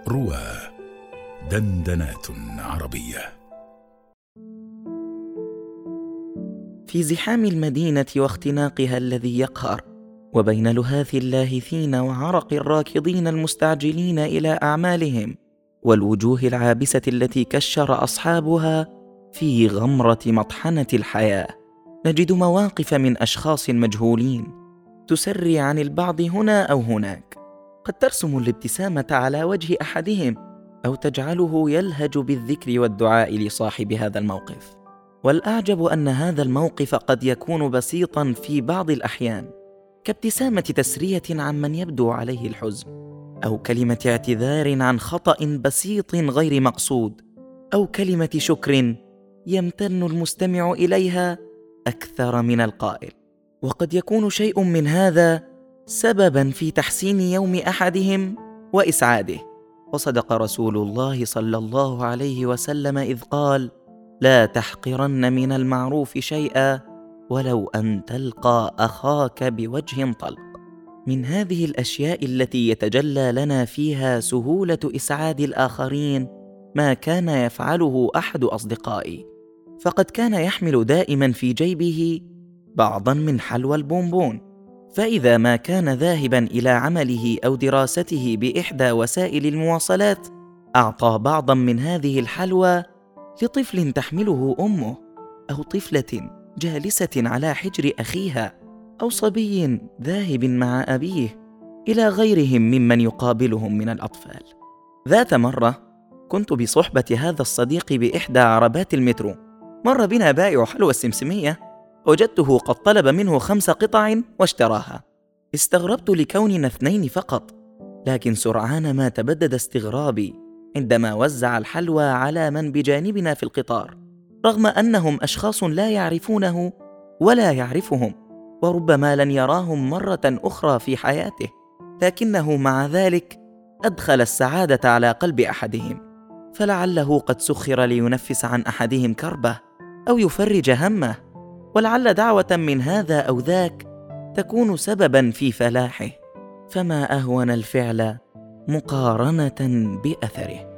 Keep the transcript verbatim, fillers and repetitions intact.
روى دندنات عربية. في زحام المدينة واختناقها الذي يقهر، وبين لهاث اللاهثين وعرق الراكضين المستعجلين إلى أعمالهم، والوجوه العابسة التي كشر أصحابها في غمرة مطحنة الحياة، نجد مواقف من أشخاص مجهولين تسري عن البعض هنا أو هناك، قد ترسم الابتسامة على وجه أحدهم أو تجعله يلهج بالذكر والدعاء لصاحب هذا الموقف. والأعجب أن هذا الموقف قد يكون بسيطاً في بعض الأحيان، كابتسامة تسرية عمن يبدو عليه الحزن، أو كلمة اعتذار عن خطأ بسيط غير مقصود، أو كلمة شكر يمتن المستمع إليها أكثر من القائل. وقد يكون شيء من هذا سبباً في تحسين يوم أحدهم وإسعاده. وصدق رسول الله صلى الله عليه وسلم إذ قال: لا تحقرن من المعروف شيئا ولو أن تلقى أخاك بوجه طلق. من هذه الأشياء التي يتجلى لنا فيها سهولة إسعاد الآخرين ما كان يفعله أحد أصدقائي، فقد كان يحمل دائما في جيبه بعضا من حلوى البونبون، فإذا ما كان ذاهبا إلى عمله أو دراسته بإحدى وسائل المواصلات أعطى بعضا من هذه الحلوى لطفل تحمله أمه، أو طفلة جالسة على حجر أخيها، أو صبي ذاهب مع أبيه، إلى غيرهم ممن يقابلهم من الأطفال. ذات مرة كنت بصحبة هذا الصديق بإحدى عربات المترو، مر بنا بائع حلوى السمسمية، وجدته قد طلب منه خمس قطع واشتراها. استغربت لكوننا اثنين فقط، لكن سرعان ما تبدد استغرابي عندما وزع الحلوى على من بجانبنا في القطار، رغم أنهم أشخاص لا يعرفونه ولا يعرفهم، وربما لن يراهم مرة أخرى في حياته، لكنه مع ذلك أدخل السعادة على قلب أحدهم، فلعله قد سخر لينفس عن أحدهم كربه أو يفرج همه، ولعل دعوة من هذا أو ذاك تكون سببا في فلاحه، فما أهون الفعل مقارنة بأثره.